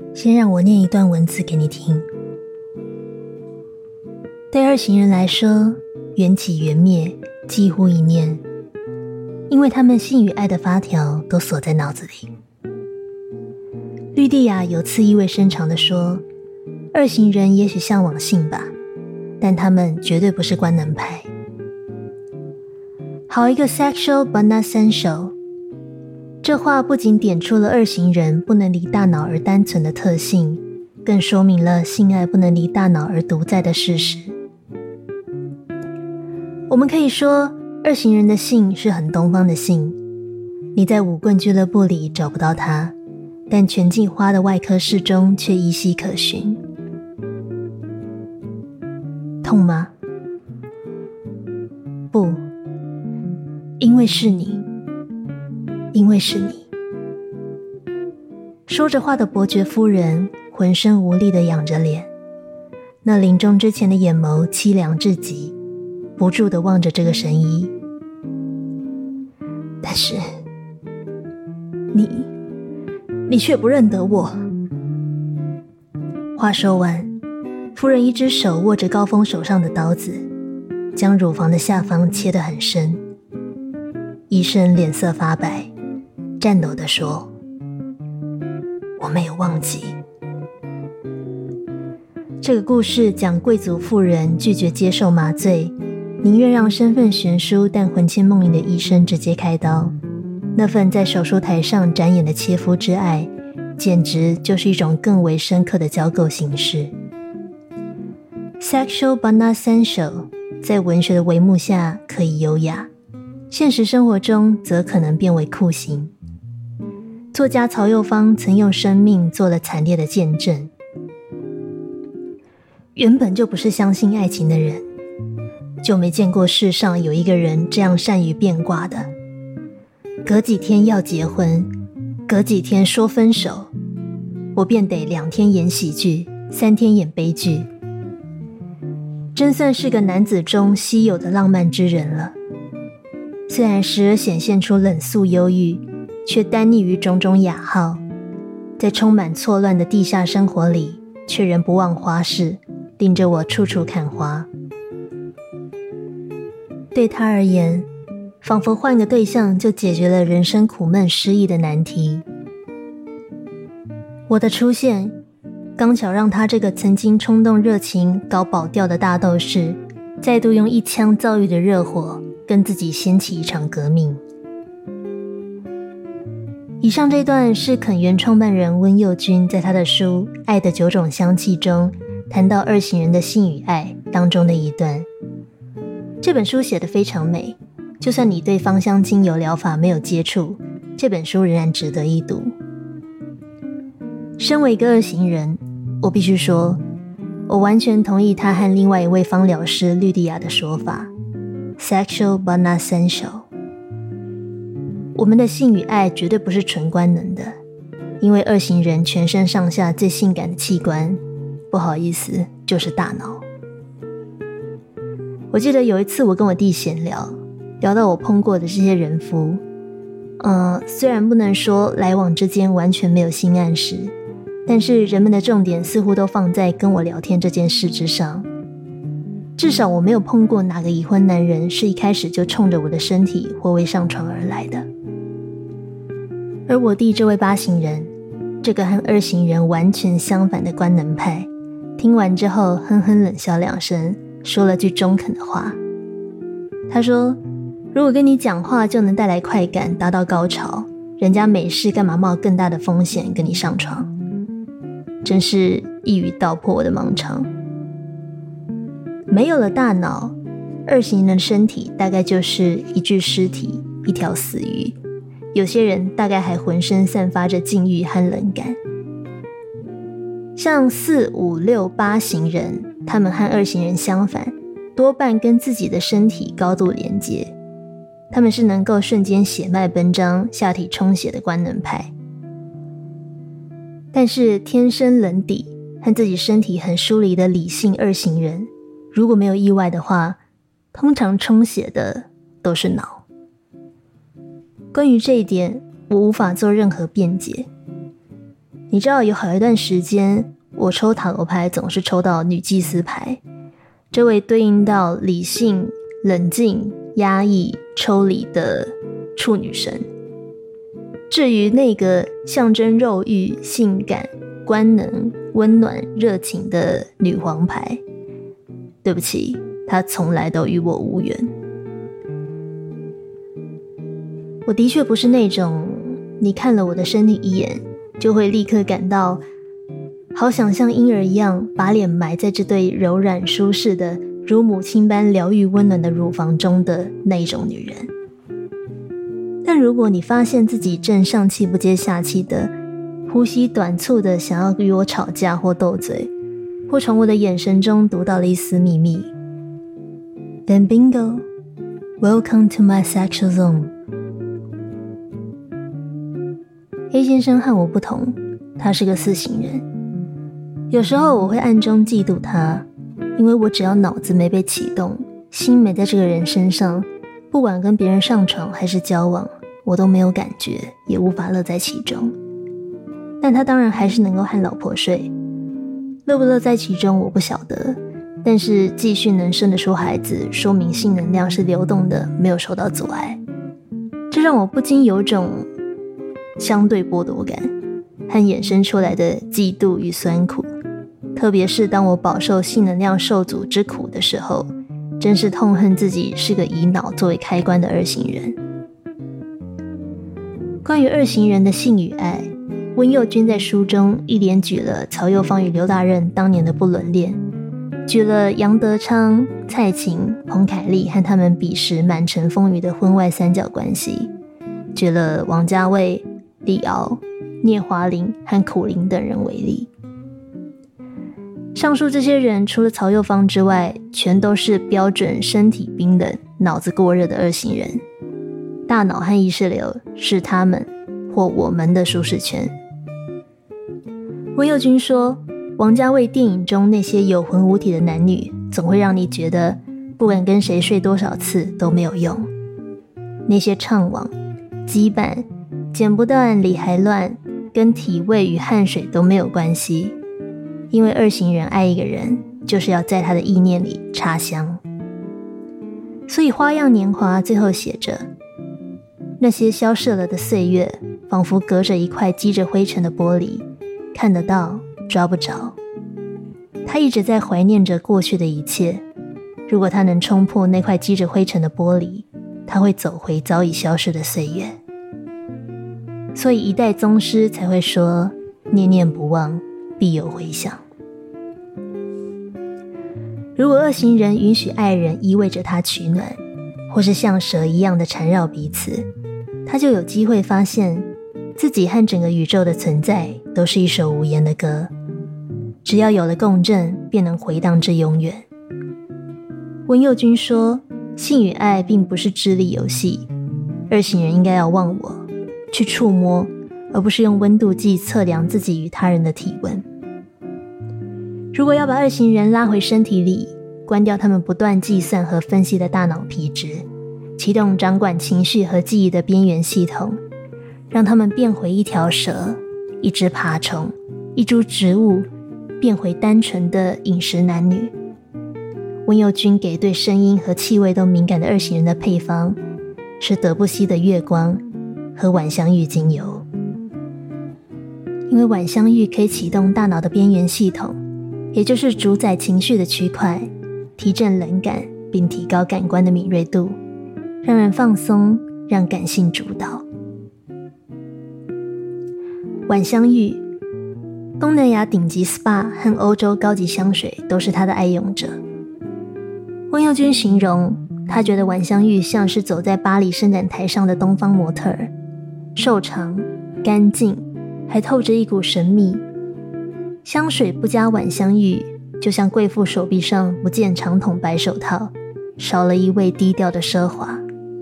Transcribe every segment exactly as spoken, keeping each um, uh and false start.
先让我念一段文字给你听。对二行人来说，缘起缘灭几乎一念，因为他们性与爱的发条都锁在脑子里。绿蒂亚有次意味深长地说，二行人也许向往性吧，但他们绝对不是官能派。好一个 sexual but not sensual， 这话不仅点出了二行人不能离大脑而单纯的特性，更说明了性爱不能离大脑而独在的事实。我们可以说，二行人的性是很东方的性，你在舞棍俱乐部里找不到它，但全镜花的外科室中却依稀可寻。痛吗？不，因为是你，因为是你。说着话的伯爵夫人浑身无力地仰着脸，那临终之前的眼眸凄凉至极，不住地望着这个神医。但是你你却不认得我。话说完，夫人一只手握着高峰手上的刀子，将乳房的下方切得很深。医生脸色发白，颤抖地说，我没有忘记。这个故事讲贵族妇人拒绝接受麻醉，宁愿让身份悬殊但魂牵梦萦的医生直接开刀。那份在手术台上展演的切肤之爱，简直就是一种更为深刻的交媾形式。Sexual but not sensual， 在文学的帷幕下可以优雅，现实生活中则可能变为酷刑。作家曹幼芳曾用生命做了惨烈的见证。原本就不是相信爱情的人，就没见过世上有一个人这样善于变卦的。隔几天要结婚，隔几天说分手，我便得两天演喜剧，三天演悲剧。真算是个男子中稀有的浪漫之人了。虽然时而显现出冷肃忧郁，却单溺于种种雅号，在充满错乱的地下生活里，却仍不忘花式，令着我处处看花。对他而言，仿佛换个对象就解决了人生苦闷失意的难题。我的出现刚巧让他这个曾经冲动热情搞保钓的大斗士，再度用一腔躁郁的热火跟自己掀起一场革命。以上这段是肯园创办人温佑君在他的书《爱的九种香气》中谈到二行人的性与爱当中的一段。这本书写得非常美，就算你对芳香精油疗法没有接触，这本书仍然值得一读。身为一个二行人，我必须说，我完全同意他和另外一位芳疗师绿蒂亚的说法 Sexual but not sensual。 我们的性与爱绝对不是纯官能的，因为二行人全身上下最性感的器官，不好意思，就是大脑。我记得有一次我跟我弟闲聊，聊到我碰过的这些人夫，呃，虽然不能说来往之间完全没有性暗示，但是人们的重点似乎都放在跟我聊天这件事之上。至少我没有碰过哪个已婚男人是一开始就冲着我的身体或为上床而来的。而我弟这位八行人，这个和二行人完全相反的官能派，听完之后哼哼冷笑两声，说了句中肯的话。他说，如果跟你讲话就能带来快感，达到高潮，人家没事干嘛冒更大的风险跟你上床？真是一语道破我的盲肠。没有了大脑，二行人的身体大概就是一具尸体，一条死鱼，有些人大概还浑身散发着禁欲和冷感。像四五六八行人，他们和二行人相反，多半跟自己的身体高度连接，他们是能够瞬间血脉奔张、下体充血的官能派。但是天生冷底和自己身体很疏离的理性二行人，如果没有意外的话，通常充血的都是脑。关于这一点，我无法做任何辩解。 你知道有好一段时间，我抽塔罗牌总是抽到女祭司牌，这位对应到理性、冷静、压抑、抽离的处女神。至于那个象征肉欲、性感、官能、温暖、热情的女皇牌，对不起，她从来都与我无缘。我的确不是那种你看了我的身体一眼就会立刻感到好想像婴儿一样把脸埋在这对柔软舒适的如母亲般疗愈温暖的乳房中的那一种女人。但如果你发现自己正上气不接下气的呼吸短促的想要与我吵架或斗嘴，或从我的眼神中读到了一丝秘密， Then bingo, welcome to my sexual zone。 A 先生和我不同，他是个四型人。有时候我会暗中嫉妒他，因为我只要脑子没被启动，心没在这个人身上，不管跟别人上床还是交往，我都没有感觉，也无法乐在其中。但他当然还是能够和老婆睡，乐不乐在其中我不晓得，但是继续能生得出孩子，说明性能量是流动的，没有受到阻碍。这让我不禁有种相对剥夺感和衍生出来的嫉妒与酸苦，特别是当我饱受性能量受阻之苦的时候，真是痛恨自己是个以脑作为开关的二型人。关于二型人的性与爱，温佑君在书中一连举了曹幼芳与刘大任当年的不伦恋，举了杨德昌、蔡琴、彭凯丽和他们彼时满城风雨的婚外三角关系，举了王家卫、李敖、聂华苓和苦苓等人为例。上述这些人除了曹幼芳之外，全都是标准身体冰冷、脑子过热的二型人。大脑和意识流是他们或我们的舒适圈。温佑君说，王家卫电影中那些有魂无体的男女，总会让你觉得不管跟谁睡多少次都没有用。那些怅惘、羁绊、剪不断理还乱，跟体味与汗水都没有关系，因为二型人爱一个人，就是要在他的意念里插香。所以花样年华最后写着，那些消逝了的岁月，仿佛隔着一块积着灰尘的玻璃，看得到，抓不着。他一直在怀念着过去的一切，如果他能冲破那块积着灰尘的玻璃，他会走回早已消失的岁月。所以一代宗师才会说，念念不忘，必有回响。如果二型人允许爱人依偎着他取暖，或是像蛇一样的缠绕彼此，他就有机会发现自己和整个宇宙的存在都是一首无言的歌，只要有了共振，便能回荡至永远。温佑君说，性与爱并不是智力游戏，二型人应该要忘我，去触摸，而不是用温度计测量自己与他人的体温。如果要把二型人拉回身体里，关掉他们不断计算和分析的大脑皮质，启动掌管情绪和记忆的边缘系统，让他们变回一条蛇、一只爬虫、一株植物，变回单纯的饮食男女。温佑君给对声音和气味都敏感的二型人的配方是德布西的月光和晚香玉精油，因为晚香玉可以启动大脑的边缘系统，也就是主宰情绪的区块，提振冷感并提高感官的敏锐度，让人放松，让感性主导。晚香玉，东南亚顶级 S P A 和欧洲高级香水都是他的爱用者。温佑君形容，他觉得晚香玉像是走在巴黎伸展台上的东方模特儿，瘦长、干净，还透着一股神秘。香水不加晚香玉，就像贵妇手臂上不见长筒白手套，少了一味低调的奢华。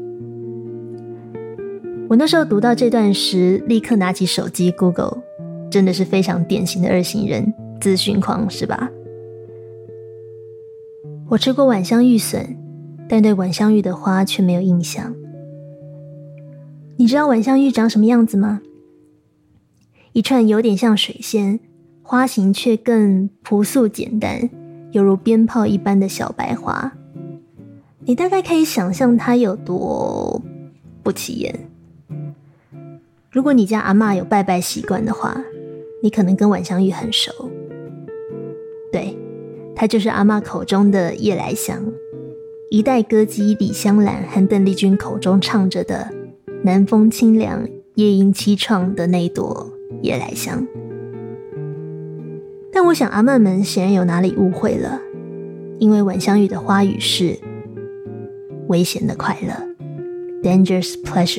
我那时候读到这段时，立刻拿起手机 Google， 真的是非常典型的二型人，资讯狂是吧？我吃过晚香玉笋，但对晚香玉的花却没有印象。你知道晚香玉长什么样子吗？ 一串有点像水仙，花型却更朴素简单，犹如鞭炮一般的小白花。你大概可以想象它有多不起眼。如果你家阿嬷有拜拜习惯的话，你可能跟晚香玉很熟。对，它就是阿嬷口中的夜来香，一代歌姬李香兰和邓丽君口中唱着的南风清凉夜莺凄怆的那朵夜来香。但我想阿嬷们显然有哪里误会了，因为晚香玉的花语是危险的快乐 Dangerous Pleasure。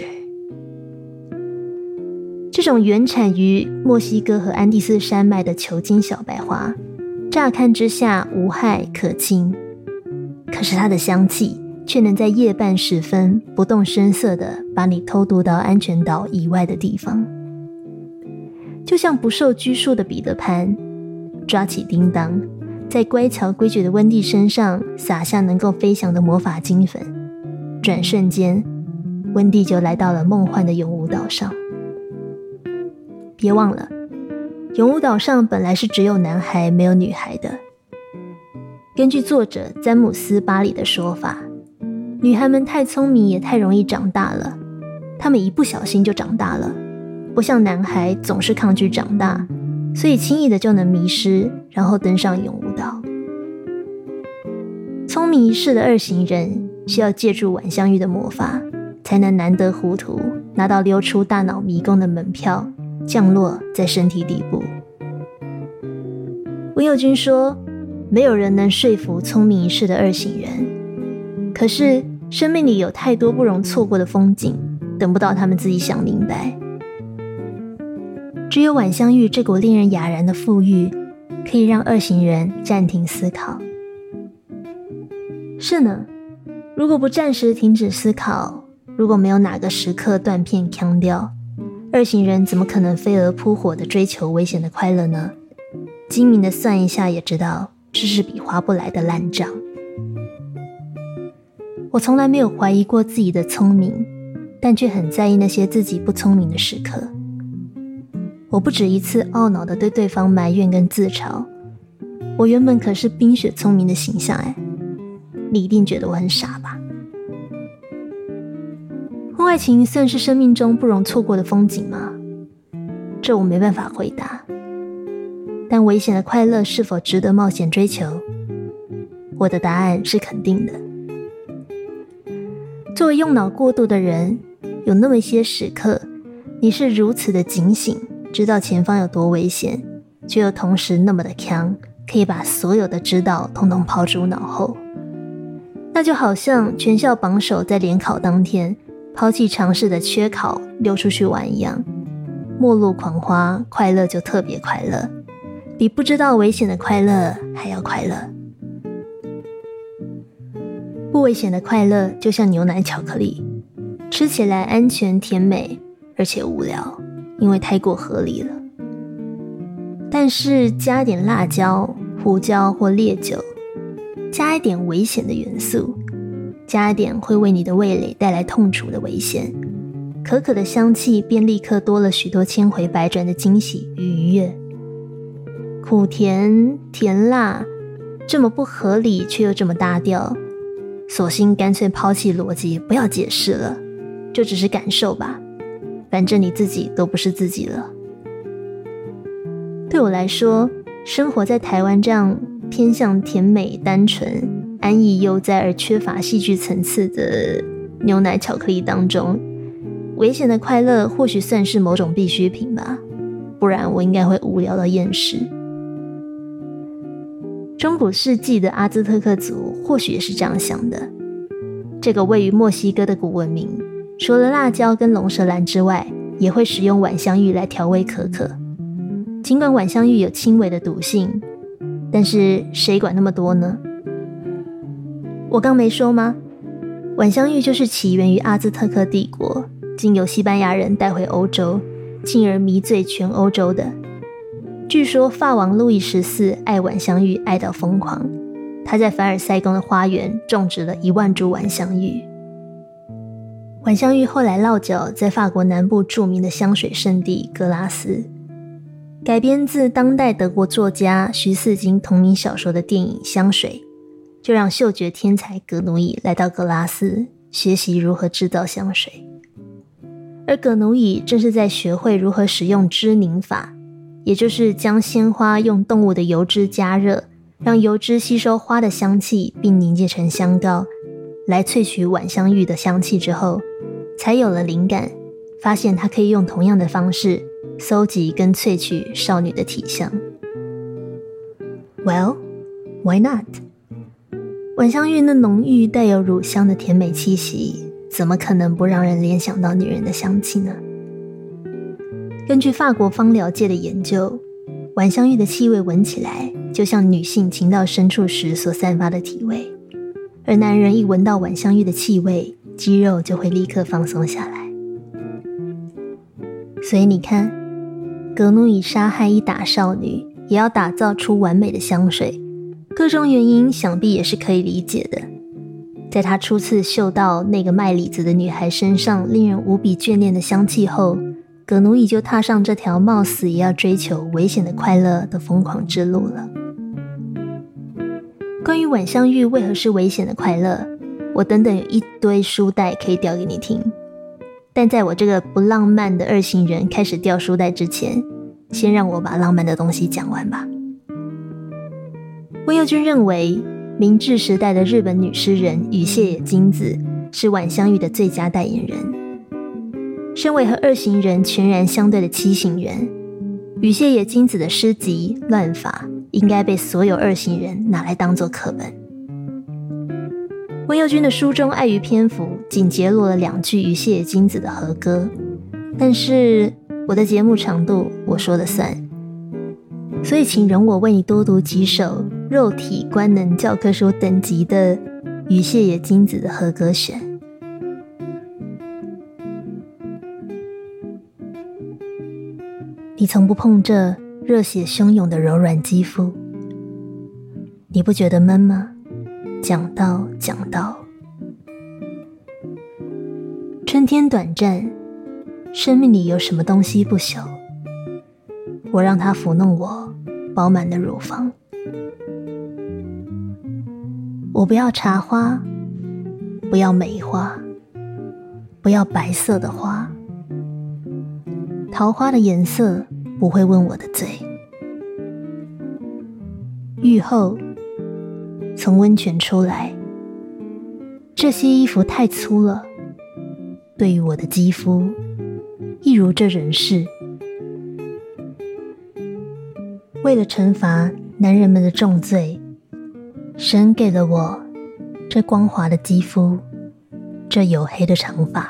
这种原产于墨西哥和安第斯山脉的球茎小白花，乍看之下无害可亲，可是它的香气却能在夜半时分不动声色地把你偷渡到安全岛以外的地方。就像不受拘束的彼得潘抓起叮当，在乖巧规矩的温蒂身上撒下能够飞翔的魔法金粉，转瞬间温蒂就来到了梦幻的永无岛上。别忘了，永无岛上本来是只有男孩没有女孩的。根据作者詹姆斯·巴里的说法，女孩们太聪明也太容易长大了，她们一不小心就长大了，不像男孩总是抗拒长大，所以轻易的就能迷失，然后登上永无岛。聪明一世的二行人需要借助晚香玉的魔法，才能难得糊涂拿到溜出大脑迷宫的门票，降落在身体底部。温佑君说，没有人能说服聪明一世的二行人，可是生命里有太多不容错过的风景，等不到他们自己想明白。只有晚香玉这股令人哑然的馥郁，可以让二行人暂停思考。是呢，如果不暂时停止思考，如果没有哪个时刻断片腔掉，二行人怎么可能飞蛾扑火地追求危险的快乐呢？精明的算一下也知道，这是笔划不来的烂账。我从来没有怀疑过自己的聪明，但却很在意那些自己不聪明的时刻。我不止一次懊恼地对对方埋怨跟自嘲，我原本可是冰雪聪明的形象哎，你一定觉得我很傻吧？婚外情算是生命中不容错过的风景吗？这我没办法回答。但危险的快乐是否值得冒险追求？我的答案是肯定的。作为用脑过度的人，有那么一些时刻，你是如此的警醒，知道前方有多危险，却又同时那么的强，可以把所有的知道统统抛诸脑后。那就好像全校榜首在联考当天抛弃尝试的缺考溜出去玩一样，末路狂花，快乐就特别快乐，比不知道危险的快乐还要快乐。不危险的快乐就像牛奶巧克力，吃起来安全甜美，而且无聊，因为太过合理了。但是加点辣椒、胡椒或烈酒，加一点危险的元素，加一点会为你的味蕾带来痛楚的危险，可可的香气便立刻多了许多千回百转的惊喜与愉悦。苦甜甜辣，这么不合理却又这么搭调，索性干脆抛弃逻辑，不要解释了，就只是感受吧，反正你自己都不是自己了。对我来说，生活在台湾这样偏向甜美单纯、安逸悠哉而缺乏戏剧层次的牛奶巧克力当中，危险的快乐或许算是某种必需品吧，不然我应该会无聊到厌世。中古世纪的阿兹特克族或许也是这样想的。这个位于墨西哥的古文明，除了辣椒跟龙舌兰之外，也会使用晚香玉来调味可可。尽管晚香玉有轻微的毒性，但是谁管那么多呢？我刚没说吗？晚香玉就是起源于阿兹特克帝国，经由西班牙人带回欧洲，进而迷醉全欧洲的。据说法王路易十四爱晚香玉爱到疯狂，他在凡尔赛宫的花园种植了一万株晚香玉。晚香玉后来落脚在法国南部著名的香水圣地格拉斯， 改编自当代德国作家徐四金同名小说的电影《香水》，就让嗅觉天才葛奴伊来到格拉斯学习如何制造香水。而葛奴伊正是在学会如何使用脂凝法，也就是将鲜花用动物的油脂加热，让油脂吸收花的香气并凝结成香膏，来萃取晚香玉的香气之后，才有了灵感，发现他可以用同样的方式搜集跟萃取少女的体香。 Well, why not? 晚香玉那浓郁带有乳香的甜美气息，怎么可能不让人联想到女人的香气呢？根据法国芳疗界的研究，晚香玉的气味闻起来就像女性情到深处时所散发的体味，而男人一闻到晚香玉的气味，肌肉就会立刻放松下来。所以你看，葛奴伊杀害一打少女，也要打造出完美的香水，各种原因想必也是可以理解的。在他初次嗅到那个卖李子的女孩身上令人无比眷恋的香气后，葛奴伊就踏上这条冒死也要追求危险的快乐的疯狂之路了。关于晚香玉为何是危险的快乐，我等等有一堆书袋可以调给你听，但在我这个不浪漫的二行人开始调书袋之前，先让我把浪漫的东西讲完吧。温佑君认为明治时代的日本女诗人羽谢野金子是晚香玉的最佳代言人。身为和二行人全然相对的七行人，羽谢野金子的诗集《乱法》应该被所有二行人拿来当作课本。温佑君的书中碍于篇幅，仅节录了两句羽谢野金子的和歌，但是我的节目长度我说了算，所以请容我为你多读几首肉体官能教科书等级的羽谢野金子的和歌选。你从不碰这热血汹涌的柔软肌肤，你不觉得闷吗？讲到讲到，春天短暂，生命里有什么东西不朽？我让它抚弄我饱满的乳房。我不要茶花，不要梅花，不要白色的花，桃花的颜色不会问我的罪。浴后从温泉出来，这些衣服太粗了，对于我的肌肤一如这人世。为了惩罚男人们的重罪，神给了我这光滑的肌肤，这黝黑的长发。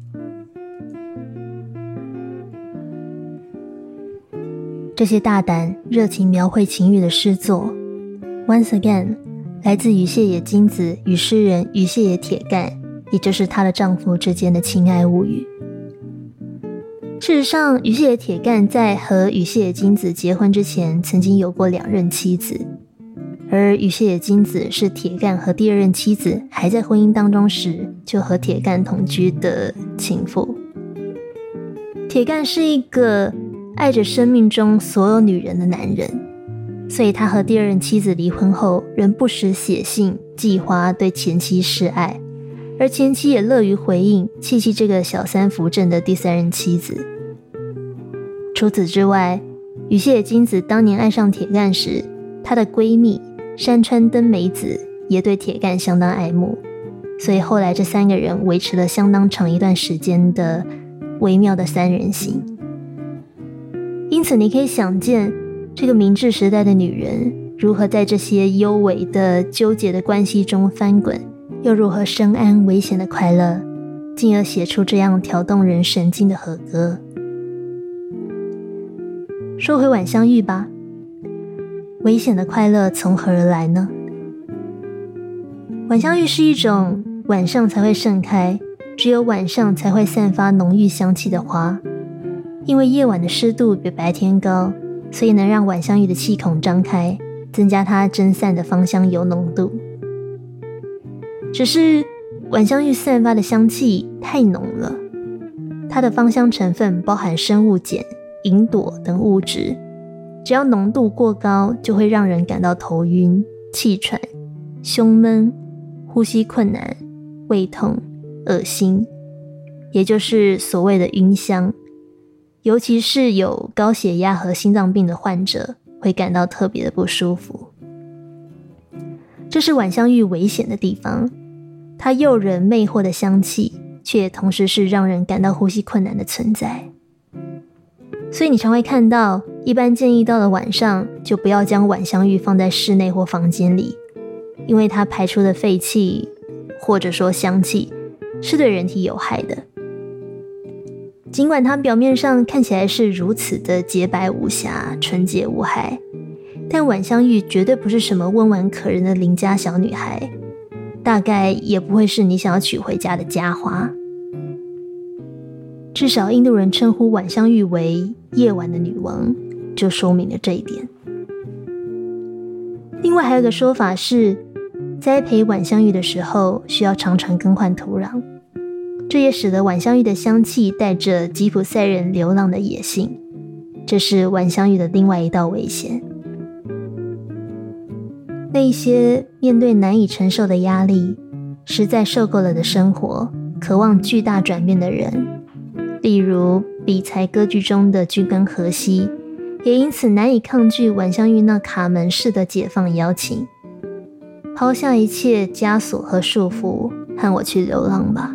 这些大胆热情描绘情欲的诗作 Once again 来自羽谢野金子与诗人羽谢野铁干，也就是她的丈夫之间的情爱物语。事实上，羽谢野铁干在和羽谢野金子结婚之前曾经有过两任妻子，而羽谢野金子是铁干和第二任妻子还在婚姻当中时就和铁干同居的情妇。铁干是一个爱着生命中所有女人的男人，所以他和第二任妻子离婚后，仍不时写信寄花对前妻示爱，而前妻也乐于回应，弃弃这个小三扶正的第三任妻子。除此之外，羽谢野金子当年爱上铁干时，她的闺蜜山川登美子也对铁干相当爱慕，所以后来这三个人维持了相当长一段时间的微妙的三人行。因此你可以想见，这个明治时代的女人如何在这些幽微的纠结的关系中翻滚，又如何深谙危险的快乐，进而写出这样挑动人神经的和歌。说回晚香玉吧，危险的快乐从何而来呢？晚香玉是一种晚上才会盛开，只有晚上才会散发浓郁香气的花。因为夜晚的湿度比白天高，所以能让晚香玉的气孔张开，增加它蒸散的芳香油浓度。只是晚香玉散发的香气太浓了，它的芳香成分包含生物碱、银朵等物质， 只要浓度过高，就会让人感到头晕、气喘、胸闷、呼吸困难、胃痛、恶心，也就是所谓的晕香。尤其是有高血压和心脏病的患者，会感到特别的不舒服。这是晚香玉危险的地方，它诱人魅惑的香气，却同时是让人感到呼吸困难的存在。所以你常会看到，一般建议到了晚上就不要将晚香玉放在室内或房间里，因为它排出的废气或者说香气是对人体有害的。尽管它表面上看起来是如此的洁白无瑕、纯洁无害，但晚香玉绝对不是什么温婉可人的邻家小女孩，大概也不会是你想要娶回家的家花。至少印度人称呼晚香玉为夜晚的女王，就说明了这一点。另外还有一个说法是，栽培晚香玉的时候需要常常更换土壤，这也使得晚香玉的香气带着吉普赛人流浪的野性，这是晚香玉的另外一道危险。那一些面对难以承受的压力，实在受够了的生活，渴望巨大转变的人，例如比才歌剧中的居根荷西，也因此难以抗拒晚香玉那卡门式的解放邀请，抛下一切枷锁和束缚，和我去流浪吧。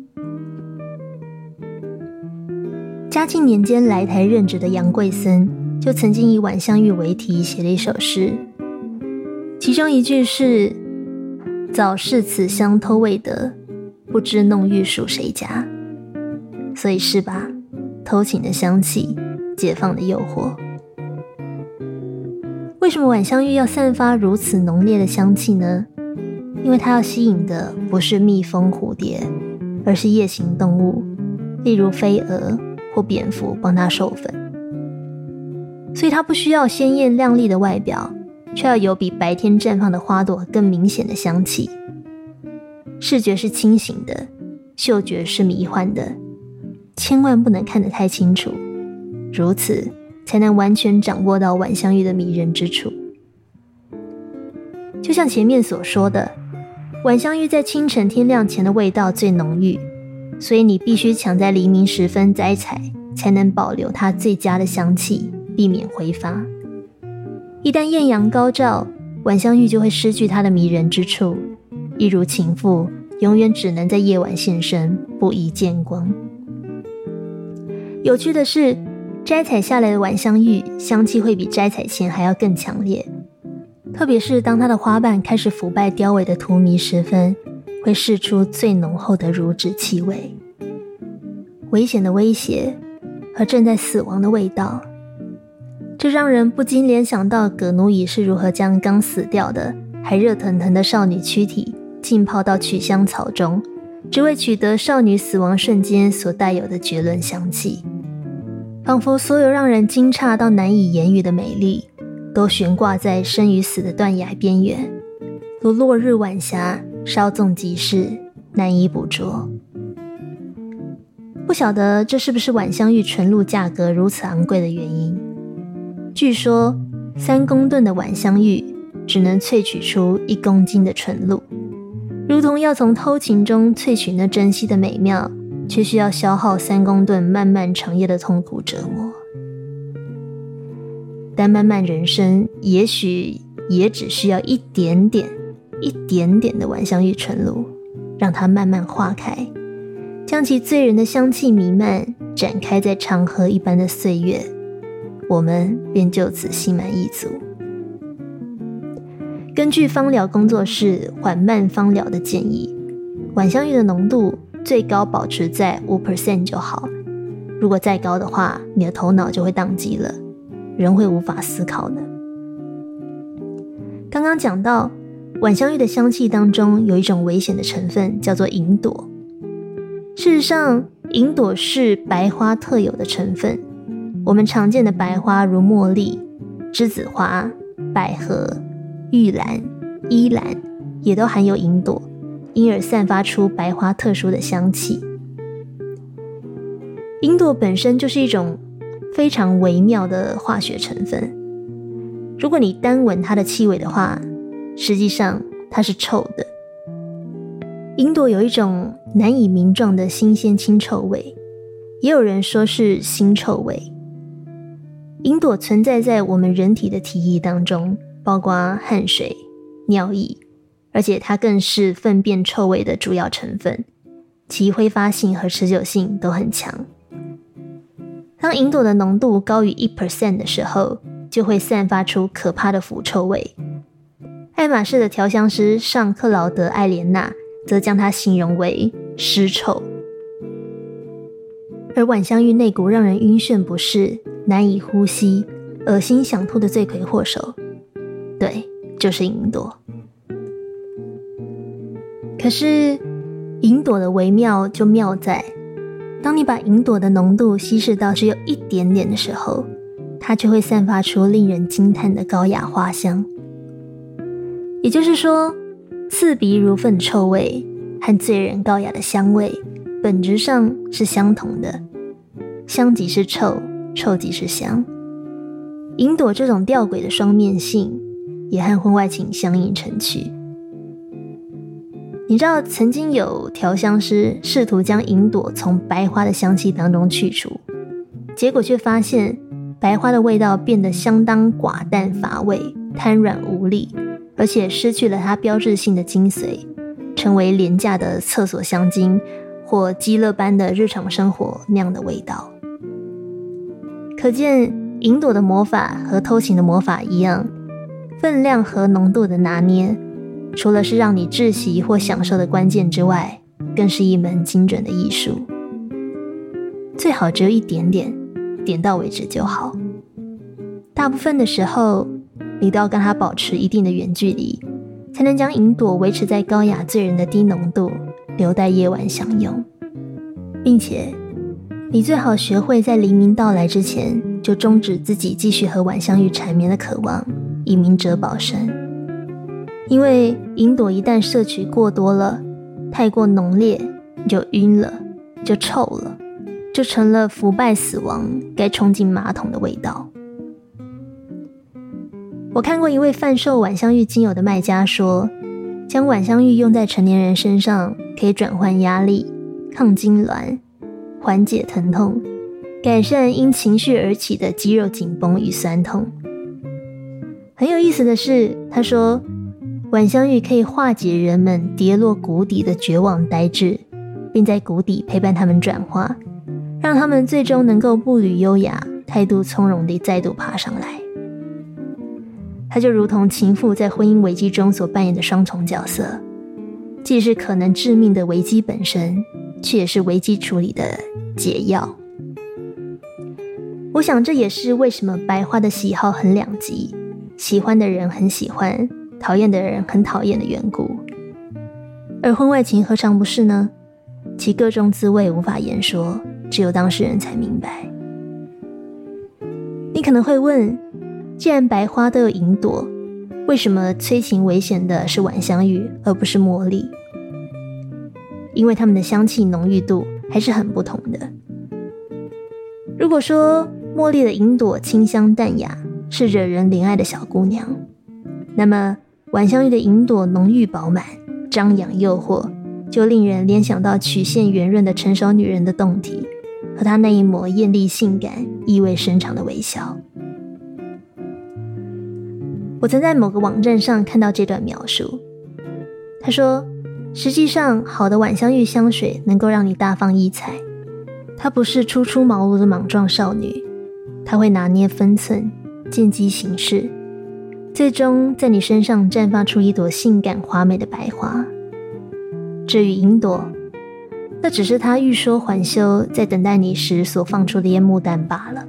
嘉庆年间来台任职的杨贵森，就曾经以晚香玉为题写了一首诗，其中一句是早试此香偷未得，不知弄玉属谁家。所以是吧，偷情的香气，解放的诱惑。为什么晚香玉要散发如此浓烈的香气呢？因为它要吸引的不是蜜蜂、蝴蝶，而是夜行动物，例如飞蛾或蝙蝠帮它授粉。所以它不需要鲜艳亮丽的外表，却要有比白天绽放的花朵更明显的香气。视觉是清醒的，嗅觉是迷幻的，千万不能看得太清楚，如此才能完全掌握到晚香玉的迷人之处。就像前面所说的，晚香玉在清晨天亮前的味道最浓郁，所以你必须抢在黎明时分摘采，才能保留它最佳的香气，避免挥发。一旦艳阳高照，晚香玉就会失去它的迷人之处，一如情妇永远只能在夜晚现身，不宜见光。有趣的是，摘采下来的晚香玉香气会比摘采前还要更强烈，特别是当它的花瓣开始腐败凋萎的荼蘼时分，会释出最浓厚的乳脂气味。危险的威胁和正在死亡的味道，这让人不禁联想到葛奴乙是如何将刚死掉的还热腾腾的少女躯体浸泡到曲香草中，只为取得少女死亡瞬间所带有的绝伦香气。仿佛所有让人惊诧到难以言喻的美丽，都悬挂在生与死的断崖边缘，如落日晚霞，稍纵即逝，难以捕捉。不晓得这是不是晚香玉纯露价格如此昂贵的原因。据说三公吨的晚香玉只能萃取出一公斤的纯露，如同要从偷情中萃取那珍惜的美妙，却需要消耗三公吨漫漫长夜的痛苦折磨。但漫漫人生也许也只需要一点点一点点的晚香玉纯露，让它慢慢化开，将其醉人的香气弥漫，展开在长河一般的岁月，我们便就此心满意足。根据芳疗工作室缓慢芳疗的建议，晚香玉的浓度最高保持在 百分之五 就好，如果再高的话，你的头脑就会宕机了，人会无法思考呢。刚刚讲到晚香玉的香气当中有一种危险的成分，叫做银朵。事实上，银朵是白花特有的成分，我们常见的白花如茉莉、栀子花、百合、玉兰、依兰也都含有银朵，因而散发出白花特殊的香气。银朵本身就是一种非常微妙的化学成分， 如果你单闻它的气味的话，实际上它是臭的。银朵有一种难以名状的新鲜清臭味，也有人说是腥臭味。银朵存在在我们人体的体液当中，包括汗水、尿液，而且它更是粪便臭味的主要成分，其挥发性和持久性都很强。当银朵的浓度高于 百分之一 的时候，就会散发出可怕的腐臭味。爱马仕的调香师尚克劳德·艾莲娜则将它形容为尸臭。而晚香玉那股让人晕眩不适、难以呼吸、恶心想吐的罪魁祸首，对，就是银朵。可是银朵的微妙就妙在，当你把银朵的浓度稀释到只有一点点的时候，它就会散发出令人惊叹的高雅花香。也就是说，刺鼻如粪臭味和醉人高雅的香味本质上是相同的，香即是臭，臭即是香。银朵这种吊诡的双面性也和婚外情相映成趣。你知道曾经有调香师试图将银朵从白花的香气当中去除，结果却发现白花的味道变得相当寡淡乏味，瘫软无力，而且失去了它标志性的精髓，成为廉价的厕所香精或鸡肋般的日常生活那样的味道。可见银朵的魔法和偷情的魔法一样，分量和浓度的拿捏除了是让你窒息或享受的关键之外，更是一门精准的艺术。最好只有一点点，点到为止就好。大部分的时候你都要跟它保持一定的远距离，才能将银朵维持在高雅醉人的低浓度，留待夜晚享用。并且你最好学会在黎明到来之前就终止自己继续和晚香玉缠绵的渴望，以明哲保身。因为银朵一旦摄取过多了，太过浓烈，就晕了，就臭了，就成了腐败死亡该冲进马桶的味道。我看过一位贩售晚香玉精油的卖家说，将晚香玉用在成年人身上可以转换压力、抗痉挛、缓解疼痛，改善因情绪而起的肌肉紧绷与酸痛。很有意思的是，他说晚香玉可以化解人们跌落谷底的绝望呆滞，并在谷底陪伴他们转化，让他们最终能够步履优雅、态度从容地再度爬上来。他就如同情妇在婚姻危机中所扮演的双重角色，既是可能致命的危机本身，却也是危机处理的解药。我想这也是为什么白花的喜好很两极，喜欢的人很喜欢，讨厌的人很讨厌的缘故。而婚外情何尝不是呢？其各种滋味无法言说，只有当事人才明白。你可能会问，既然白花都有银朵，为什么催情危险的是晚香玉而不是茉莉？因为它们的香气浓郁度还是很不同的。如果说茉莉的银朵清香淡雅，是惹人怜爱的小姑娘，那么晚香玉的银朵浓郁饱满，张扬诱惑，就令人联想到曲线圆润的成熟女人的胴体，和她那一抹艳丽性感、意味深长的微笑。我曾在某个网站上看到这段描述，他说，实际上好的晚香玉香水能够让你大放异彩，她不是初出茅庐的莽撞少女，她会拿捏分寸，见机行事，最终在你身上绽放出一朵性感华美的白花。至于银朵，那只是她欲说还休，在等待你时所放出的烟幕弹罢了。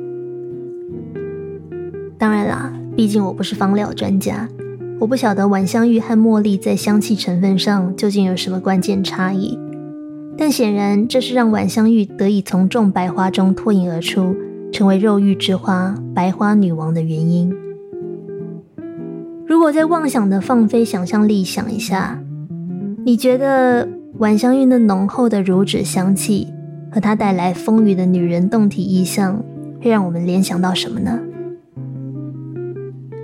当然啦，毕竟我不是芳疗专家，我不晓得晚香玉和茉莉在香气成分上究竟有什么关键差异，但显然这是让晚香玉得以从众白花中脱颖而出，成为肉欲之花、白花女王的原因。如果在妄想的放飞想象力想一下，你觉得晚香玉那浓厚的乳脂香气和它带来丰腴的女人胴体意象，会让我们联想到什么呢？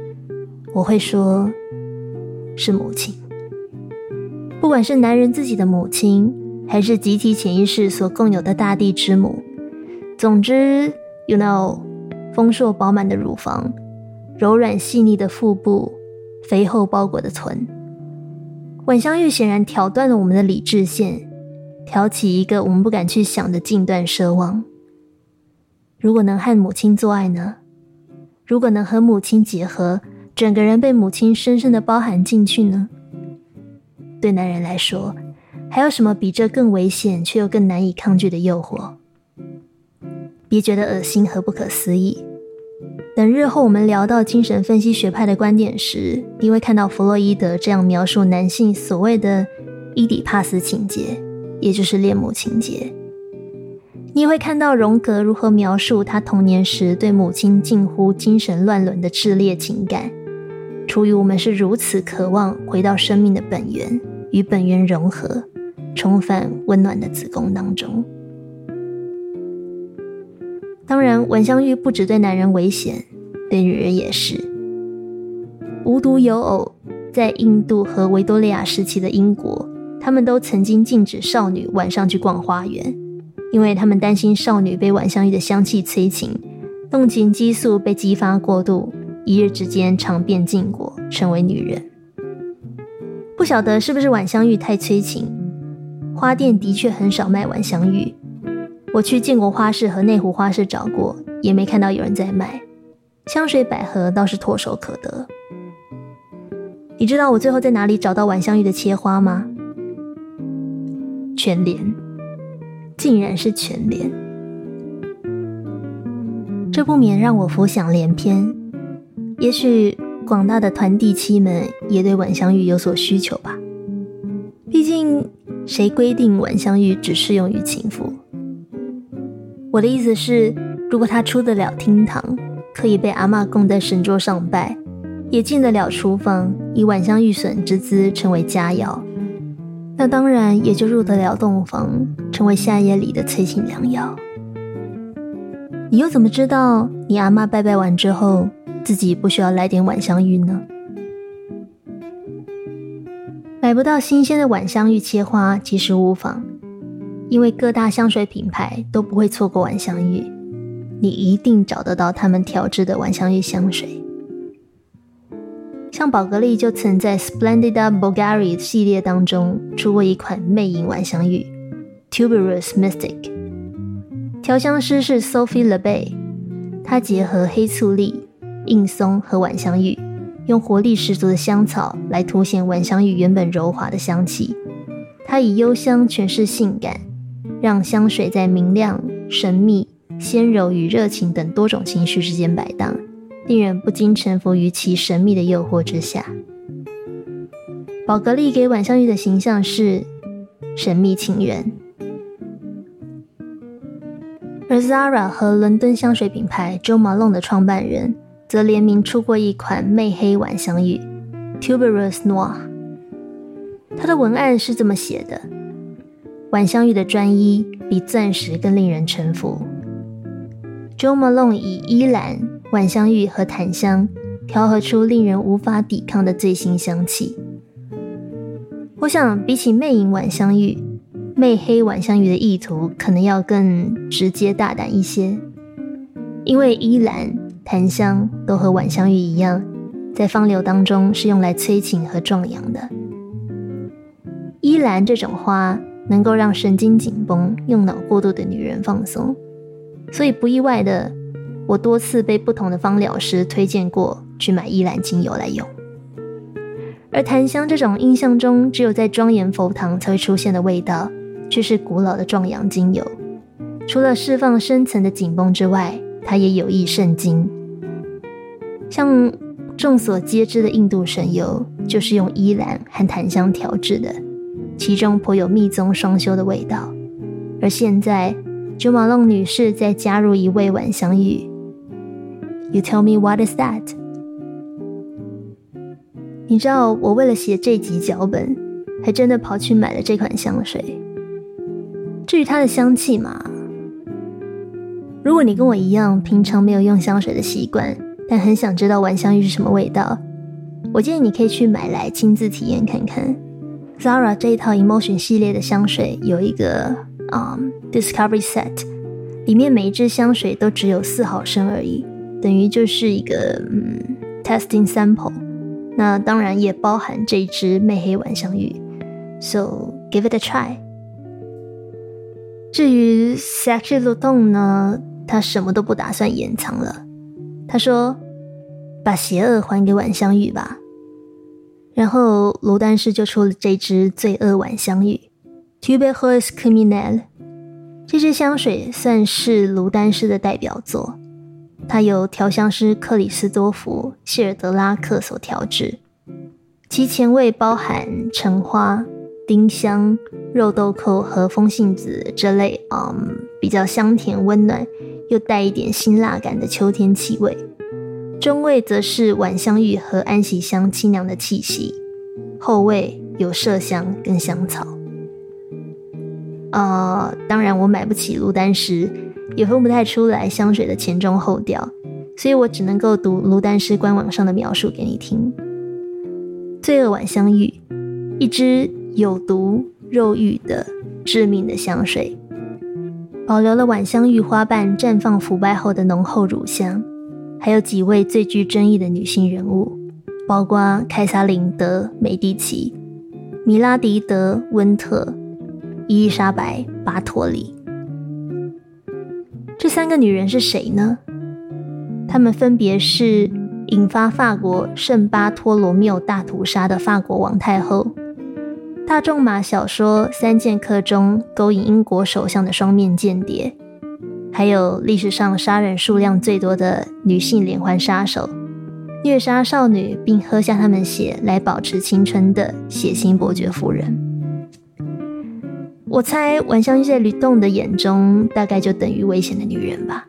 我会说是母亲。不管是男人自己的母亲，还是集体潜意识所共有的大地之母，总之 you know 丰硕饱满的乳房，柔软细腻的腹部，肥厚包裹的臀。晚香玉显然挑断了我们的理智线，挑起一个我们不敢去想的近段奢望。如果能和母亲做爱呢？如果能和母亲结合，整个人被母亲深深地包含进去呢？对男人来说，还有什么比这更危险却又更难以抗拒的诱惑？别觉得恶心和不可思议。等日后我们聊到精神分析学派的观点时，你会看到弗洛伊德这样描述男性所谓的伊底帕斯情节，也就是恋母情节。你也会看到荣格如何描述他童年时对母亲近乎精神乱伦的炽烈情感，出于我们是如此渴望回到生命的本源，与本源融合，重返温暖的子宫当中。当然，晚香玉不只对男人危险，对女人也是。无独有偶，在印度和维多利亚时期的英国，他们都曾经禁止少女晚上去逛花园，因为他们担心少女被晚香玉的香气催情，动情激素被激发过度，一日之间尝遍禁果，成为女人。不晓得是不是晚香玉太催情，花店的确很少卖晚香玉。我去建国花市和内湖花市找过，也没看到有人在卖。香水百合倒是唾手可得。你知道我最后在哪里找到晚香玉的切花吗？全联，竟然是全联。这不免让我浮想联翩，也许广大的团地妻们也对晚香玉有所需求吧。毕竟谁规定晚香玉只适用于情妇？我的意思是，如果他出得了厅堂，可以被阿嬷供在神桌上拜，也进得了厨房，以晚香玉笋之姿成为佳肴，那当然也就入得了洞房，成为夏夜里的催情良药。你又怎么知道你阿嬷拜拜完之后，自己不需要来点晚香玉呢？买不到新鲜的晚香玉切花其实无妨，因为各大香水品牌都不会错过晚香玉，你一定找得到他们调制的晚香玉香水。像宝格丽就曾在 Splendida Bulgari 系列当中出过一款魅影晚香玉 Tuberous Mystic， 调香师是 Sophie LeBay， 她结合黑醋栗、硬松和晚香玉，用活力十足的香草来凸显晚香玉原本柔滑的香气。她以幽香诠释性感，让香水在明亮、神秘、纤柔与热情等多种情绪之间摆荡，令人不禁臣服于其神秘的诱惑之下。宝格丽给晚香玉的形象是神秘情人，而 Zara 和伦敦香水品牌 Jo Malone 的创办人则联名出过一款魅黑晚香玉 Tuberous Noir。 它的文案是这么写的：晚香玉的专一比钻石更令人臣服。 Jo Malone 以依兰、晚香玉和檀香调和出令人无法抵抗的最新香气。我想比起魅影晚香玉，魅黑晚香玉的意图可能要更直接大胆一些，因为依兰、檀香都和晚香玉一样，在芳疗当中是用来催情和壮阳的。依兰这种花能够让神经紧绷、用脑过度的女人放松，所以不意外的，我多次被不同的芳疗师推荐过去买依兰精油来用。而檀香这种印象中只有在庄严佛堂才会出现的味道，却是古老的壮阳精油。除了释放深层的紧绷之外，它也有益肾经。像众所皆知的印度神油，就是用依兰和檀香调制的，其中颇有密宗双修的味道。而现在Jo Malone女士再加入一味晚香玉。 You tell me what is that？ 你知道我为了写这集脚本，还真的跑去买了这款香水。至于它的香气嘛，如果你跟我一样平常没有用香水的习惯，但很想知道晚香玉是什么味道， 我建议你可以去买来亲自体验看看。 Zara 这一套 Emotion 系列的香水有一个、um, Discovery Set， 里面每一支香水都只有四毫升而已，等于就是一个、嗯、Testing Sample， 那当然也包含这一支魅黑晚香玉， So give it a try。 至于 Sacha Ludon 呢，他什么都不打算掩藏了，他说把邪恶还给晚香玉吧。然后卢丹氏就出了这支罪恶晚香玉 Tuberose Criminelle， 这支香水算是卢丹氏的代表作，它由调香师克里斯多福·谢尔德拉克所调制，其前味包含橙花、丁香、肉豆蔻和风信子这类、嗯、比较香甜温暖又带一点辛辣感的秋天气味，中味则是晚香玉和安息香清凉的气息，后味有麝香跟香草。呃，当然我买不起卢丹氏，也分不太出来香水的前中后调，所以我只能够读卢丹氏官网上的描述给你听。罪恶晚香玉，一支有毒肉欲的致命的香水，保留了晚香玉花瓣绽放腐败后的浓厚乳香，还有几位最具争议的女性人物，包括凯撒琳·德·美第奇、米拉迪·德·温特、伊丽莎白·巴托里。这三个女人是谁呢？她们分别是引发法国圣巴托罗缪大屠杀的法国王太后，大仲马小说《三剑客》中勾引英国首相的双面间谍，还有历史上杀人数量最多的女性连环杀手，虐杀少女并喝下她们血来保持青春的血腥伯爵夫人。我猜晚香玉在吕洞的眼中大概就等于危险的女人吧。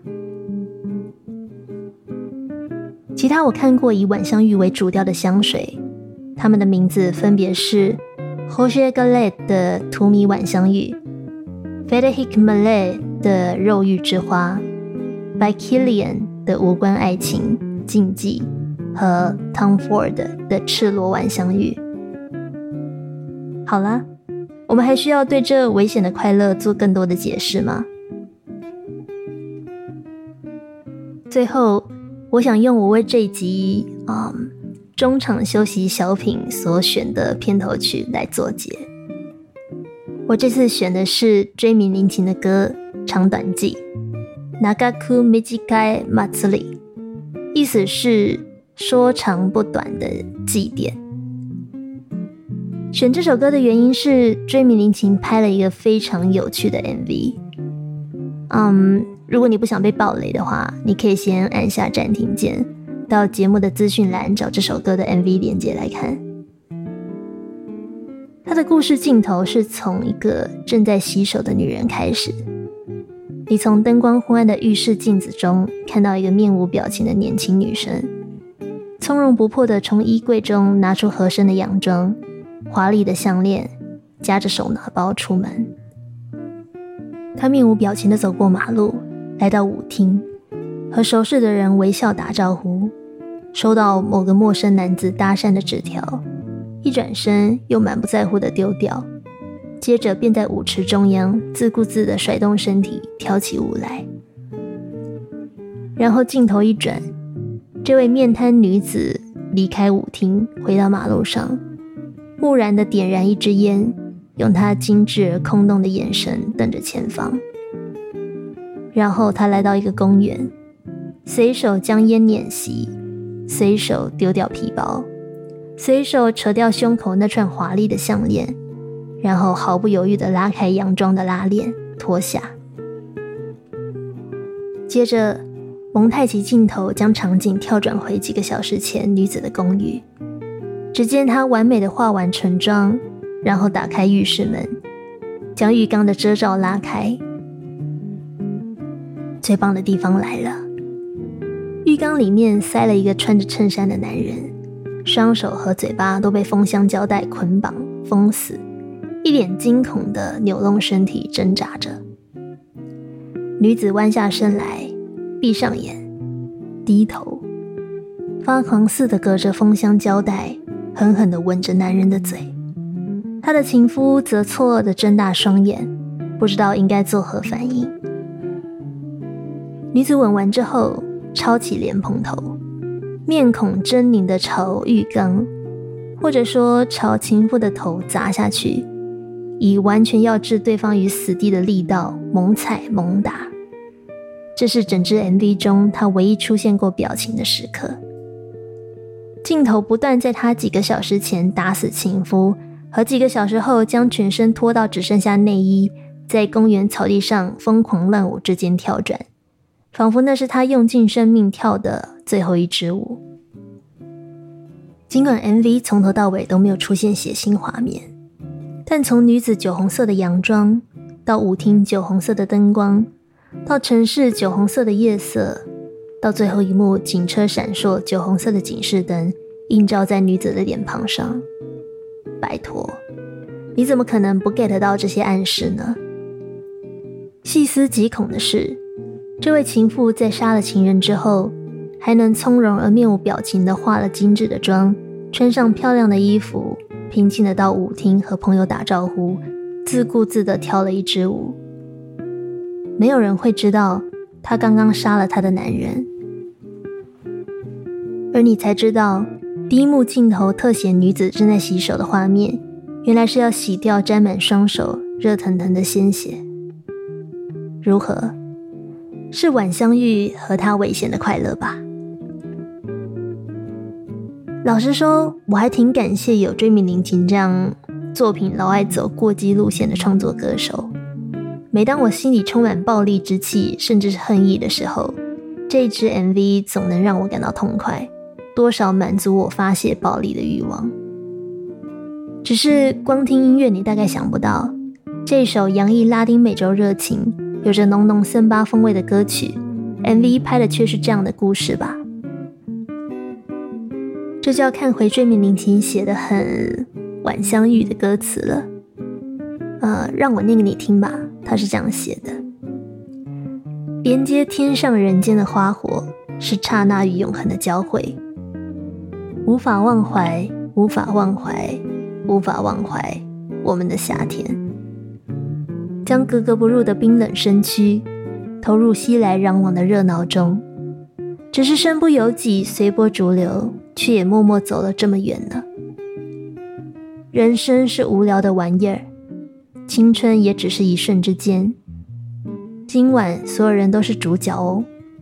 其他我看过以晚香玉为主调的香水，它们的名字分别是 Roger Gallet 的荼蘼晚香玉， Frédéric Malle 的肉欲之花， By Kilian 的无关爱情禁忌，和 Tom Ford 的赤裸晚香玉。好啦，我们还需要对这危险的快乐做更多的解释吗？最后我想用我为这一集、嗯、中场休息小品所选的片头曲来作结。我这次选的是追名林檎的歌《长短记》 Nagaku Mijikai Matsuri， 意思是说长不短的祭典。选这首歌的原因是追名林檎拍了一个非常有趣的 M V。 嗯，如果你不想被爆雷的话，你可以先按下暂停键，到节目的资讯栏找这首歌的 M V 连结来看。它的故事镜头是从一个正在洗手的女人开始，你从灯光昏暗的浴室镜子中看到一个面无表情的年轻女生，从容不迫地从衣柜中拿出合身的洋装，华丽的项链，夹着手拿包出门。她面无表情地走过马路，来到舞厅，和熟识的人微笑打招呼，收到某个陌生男子搭讪的纸条，一转身又满不在乎地丢掉，接着便在舞池中央自顾自地甩动身体跳起舞来。然后镜头一转，这位面瘫女子离开舞厅，回到马路上，木然地点燃一支烟，用她精致而空洞的眼神瞪着前方。然后她来到一个公园，随手将烟捻熄，随手丢掉皮包，随手扯掉胸口那串华丽的项链，然后毫不犹豫地拉开洋装的拉链，脱下。接着蒙太奇镜头将场景跳转回几个小时前女子的公寓，只见她完美地化完唇妆，然后打开浴室门，将浴缸的遮罩拉开。最棒的地方来了，浴缸里面塞了一个穿着衬衫的男人，双手和嘴巴都被封箱胶带捆绑封死，一脸惊恐地扭动身体挣扎着。女子弯下身来，闭上眼，低头， 发狂似的隔着封箱胶带，狠狠地吻着男人的嘴。他的情夫则错愕地睁大双眼，不知道应该作何反应。女子吻完之后，抄起莲蓬头，面孔狰狞地朝浴缸，或者说朝情夫的头砸下去，以完全要置对方于死地的力道猛踩猛打。这是整支 M V 中他唯一出现过表情的时刻。镜头不断在他几个小时前打死情夫，和几个小时后将全身脱到只剩下内衣，在公园草地上疯狂乱舞之间跳转，仿佛那是他用尽生命跳的最后一支舞。尽管 M V 从头到尾都没有出现血腥画面，但从女子酒红色的洋装，到舞厅酒红色的灯光，到城市酒红色的夜色，到最后一幕警车闪烁酒红色的警示灯映照在女子的脸庞上。拜托，你怎么可能不 get 到这些暗示呢？细思极恐的是，这位情妇在杀了情人之后，还能从容而面无表情地化了精致的妆，穿上漂亮的衣服，平静地到舞厅和朋友打招呼，自顾自地跳了一支舞。没有人会知道她刚刚杀了她的男人，而你才知道，第一幕镜头特写女子正在洗手的画面，原来是要洗掉沾满双手热腾腾的鲜血。如何？是晚香玉和她危险的快乐吧？老实说，我还挺感谢有追名林檎这样作品老爱走过激路线的创作歌手。每当我心里充满暴力之气，甚至是恨意的时候，这支 M V 总能让我感到痛快，多少满足我发泄暴力的欲望。只是光听音乐，你大概想不到，这首洋溢拉丁美洲热情、有着浓浓森巴风味的歌曲 ，M V 拍的却是这样的故事吧？这就要看回追名林檎写的很晚香玉的歌词了。呃，让我念给你听吧。他是这样写的：连接天上人间的花火，是刹那与永恒的交汇，无法忘怀，无法忘怀，无法忘怀我们的夏天。将格格不入的冰冷身躯投入熙来攘往的热闹中，只是身不由己，随波逐流，却也默默走了这么远了。人生是无聊的玩意儿，青春也只是一瞬之间。今晚所有人都是主角哦。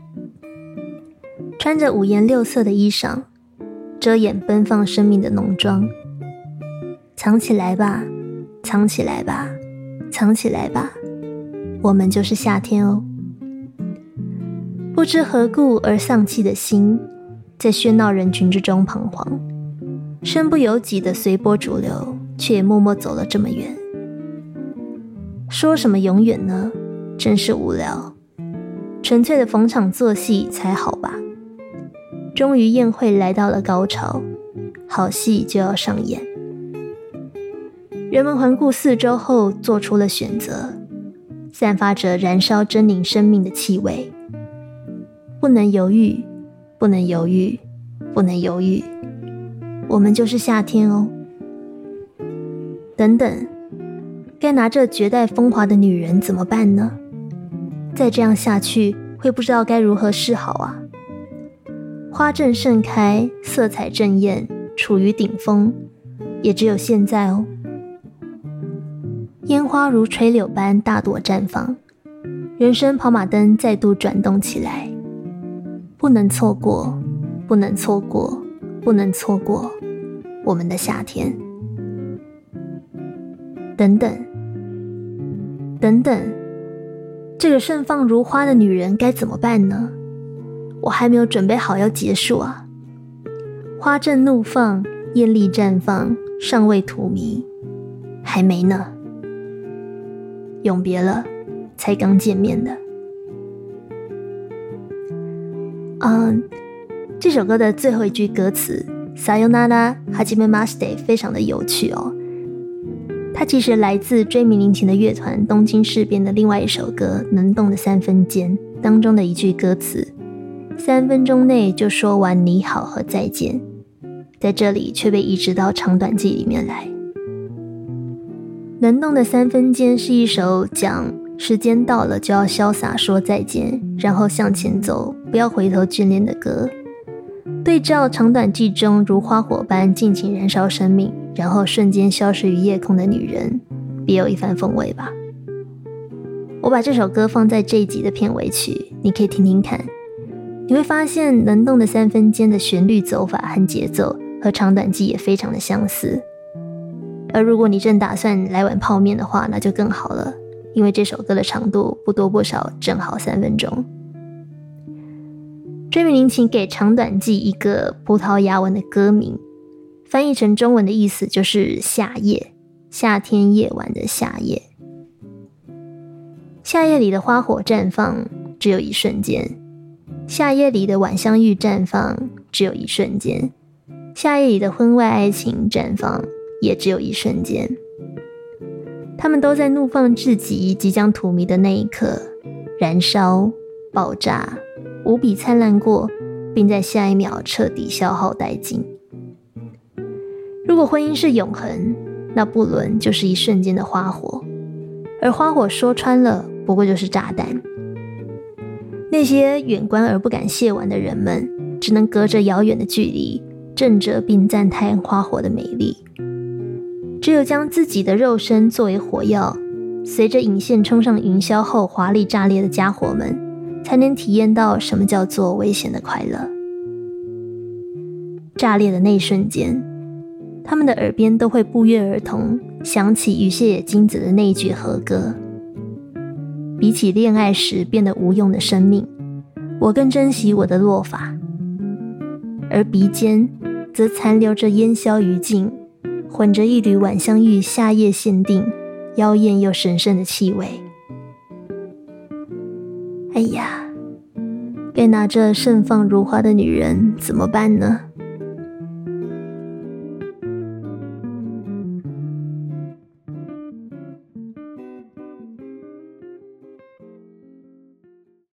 穿着五颜六色的衣裳，遮掩奔放生命的浓妆。藏起来吧，藏起来吧，藏起来吧，我们就是夏天哦。不知何故而丧气的心，在喧闹人群之中彷徨，身不由己的随波逐流，却也默默走了这么远。说什么永远呢？真是无聊，纯粹的逢场作戏才好吧。终于宴会来到了高潮，好戏就要上演。人们环顾四周后做出了选择，散发着燃烧狰狞生命的气味。不能犹豫，不能犹豫，不能犹豫，我们就是夏天哦。等等，该拿这绝代风华的女人怎么办呢？再这样下去，会不知道该如何是好啊。花正盛开，色彩正艳，处于顶峰，也只有现在哦。烟花如垂柳般大朵绽放，人生跑马灯再度转动起来。不能错过，不能错过，不能错过我们的夏天。等等，等等，这个盛放如花的女人该怎么办呢？我还没有准备好要结束啊。花正怒放，艳丽绽放，尚未荼蘼，还没呢。永别了，才刚见面的。嗯，这首歌的最后一句歌词 Sayonara Hajimemashite 非常的有趣哦。它其实来自追名林檎的乐团东京事变的另外一首歌《能动的三分间》当中的一句歌词， 三分钟内就说完你好和再见，在这里却被移植到长短记里面来。能动的三分间是一首讲时间到了就要潇洒说再见，然后向前走，不要回头眷恋的歌。对照长短记中如花火般尽情燃烧生命，然后瞬间消失于夜空的女人，别有一番风味吧。我把这首歌放在这一集的片尾曲，你可以听听看。你会发现能动的三分间的旋律走法和节奏和长短记也非常的相似。而如果你正打算来碗泡面的话，那就更好了，因为这首歌的长度不多不少，正好三分钟。追名林檎给长短记一个葡萄牙文的歌名，翻译成中文的意思就是夏夜，夏天夜晚的夏夜。夏夜里的花火绽放只有一瞬间，夏夜里的晚香玉绽放只有一瞬间，夏夜里的婚外爱情绽放也只有一瞬间。他们都在怒放至极，即将荼蘼的那一刻燃烧、爆炸，无比灿烂过，并在下一秒彻底消耗殆尽。如果婚姻是永恒，那不伦就是一瞬间的花火，而花火说穿了不过就是炸弹。那些远观而不敢亵玩的人们，只能隔着遥远的距离震着并赞叹花火的美丽。只有将自己的肉身作为火药，随着引线冲上云霄后华丽炸裂的家伙们，才能体验到什么叫做危险的快乐。炸裂的那一瞬间，他们的耳边都会不约而同响起与谢野金子的那一句和歌。比起恋爱时变得无用的生命，我更珍惜我的落发，而鼻尖则残留着烟消余烬，混着一缕晚香玉夏夜限定妖艳又神圣的气味。哎呀，该拿着盛放如花的女人怎么办呢？